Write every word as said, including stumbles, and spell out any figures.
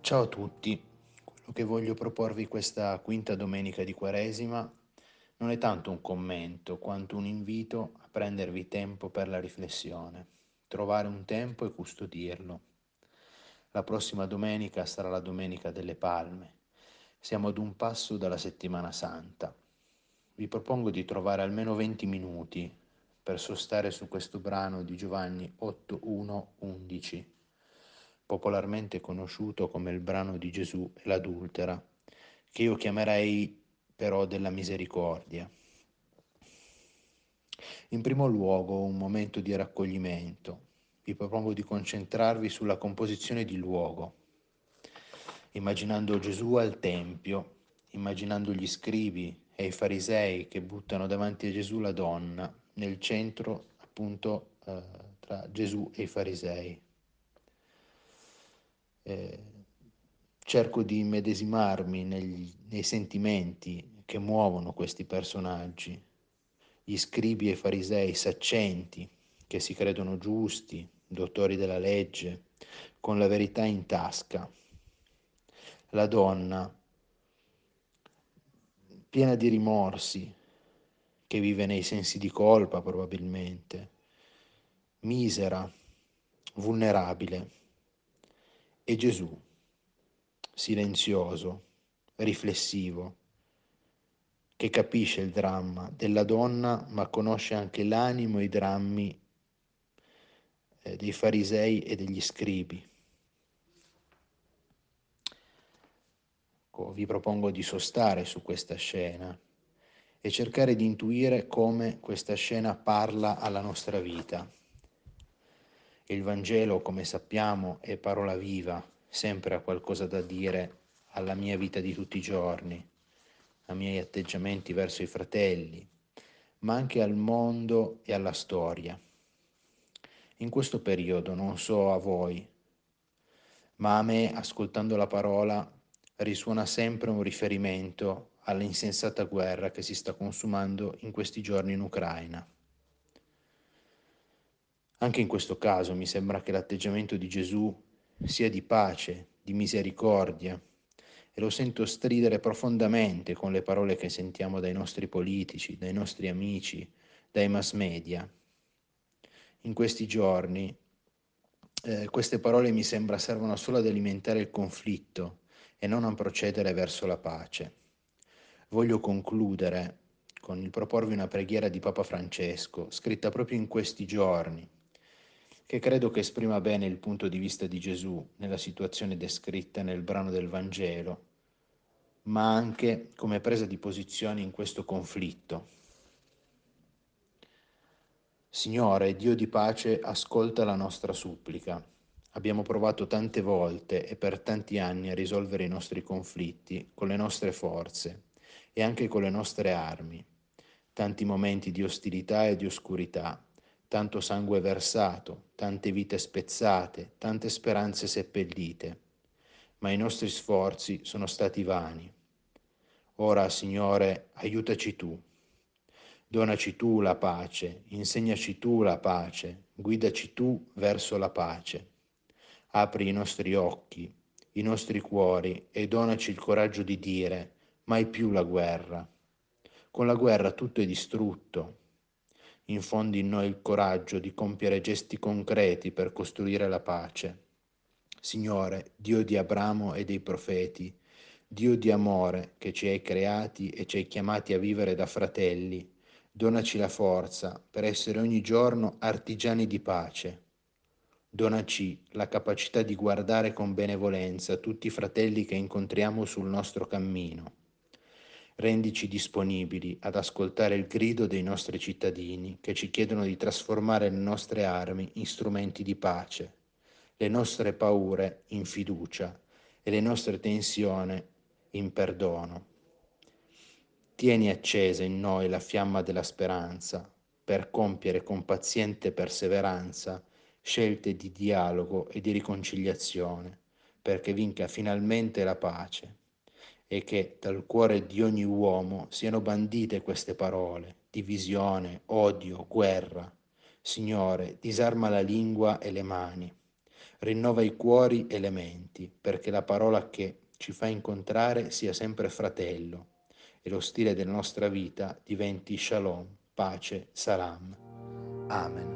Ciao a tutti, quello che voglio proporvi questa quinta domenica di Quaresima non è tanto un commento quanto un invito a prendervi tempo per la riflessione, trovare un tempo e custodirlo. La prossima domenica sarà la Domenica delle Palme. Siamo ad un passo dalla Settimana Santa. Vi propongo di trovare almeno venti minuti per sostare su questo brano di Giovanni otto, uno, undici, popolarmente conosciuto come il brano di Gesù e l'adultera, che io chiamerei però della misericordia. In primo luogo, un momento di raccoglimento. Vi propongo di concentrarvi sulla composizione di luogo, immaginando Gesù al Tempio, immaginando gli scribi e i farisei che buttano davanti a Gesù la donna, nel centro appunto eh, tra Gesù e i farisei. Eh, cerco di immedesimarmi negli, nei sentimenti che muovono questi personaggi, gli scribi e i farisei saccenti, che si credono giusti, dottori della legge, con la verità in tasca. La donna, piena di rimorsi, che vive nei sensi di colpa probabilmente, misera, vulnerabile, e Gesù, silenzioso, riflessivo, che capisce il dramma della donna, ma conosce anche l'animo e i drammi eh, dei farisei e degli scribi. Ecco, vi propongo di sostare su questa scena e cercare di intuire come questa scena parla alla nostra vita. Il Vangelo, come sappiamo, è parola viva, sempre ha qualcosa da dire alla mia vita di tutti i giorni, ai miei atteggiamenti verso i fratelli, ma anche al mondo e alla storia. In questo periodo, non so a voi, ma a me, ascoltando la parola, risuona sempre un riferimento all'insensata guerra che si sta consumando in questi giorni in Ucraina. Anche in questo caso mi sembra che l'atteggiamento di Gesù sia di pace, di misericordia, e lo sento stridere profondamente con le parole che sentiamo dai nostri politici, dai nostri amici, dai mass media. In questi giorni eh, queste parole mi sembra servono solo ad alimentare il conflitto e non a procedere verso la pace. Voglio concludere con il proporvi una preghiera di Papa Francesco, scritta proprio in questi giorni, che credo che esprima bene il punto di vista di Gesù nella situazione descritta nel brano del Vangelo, ma anche come presa di posizione in questo conflitto. Signore, Dio di pace, ascolta la nostra supplica. Abbiamo provato tante volte e per tanti anni a risolvere i nostri conflitti con le nostre forze e anche con le nostre armi. Tanti momenti di ostilità e di oscurità, tanto sangue versato, tante vite spezzate, tante speranze seppellite. Ma i nostri sforzi sono stati vani. Ora, Signore, aiutaci tu. Donaci tu la pace, insegnaci tu la pace, guidaci tu verso la pace. Apri i nostri occhi, i nostri cuori e donaci il coraggio di dire mai più la guerra. Con la guerra tutto è distrutto. Infondi in noi il coraggio di compiere gesti concreti per costruire la pace. Signore, Dio di Abramo e dei profeti, Dio di amore che ci hai creati e ci hai chiamati a vivere da fratelli, donaci la forza per essere ogni giorno artigiani di pace. Donaci la capacità di guardare con benevolenza tutti i fratelli che incontriamo sul nostro cammino. Rendici disponibili ad ascoltare il grido dei nostri cittadini che ci chiedono di trasformare le nostre armi in strumenti di pace, le nostre paure in fiducia e le nostre tensioni in perdono. Tieni accesa in noi la fiamma della speranza per compiere con paziente perseveranza scelte di dialogo e di riconciliazione, perché vinca finalmente la pace e che dal cuore di ogni uomo siano bandite queste parole: divisione, odio, guerra. Signore, disarma la lingua e le mani. Rinnova i cuori e le menti, perché la parola che ci fa incontrare sia sempre fratello e lo stile della nostra vita diventi shalom, pace, salam. Amen.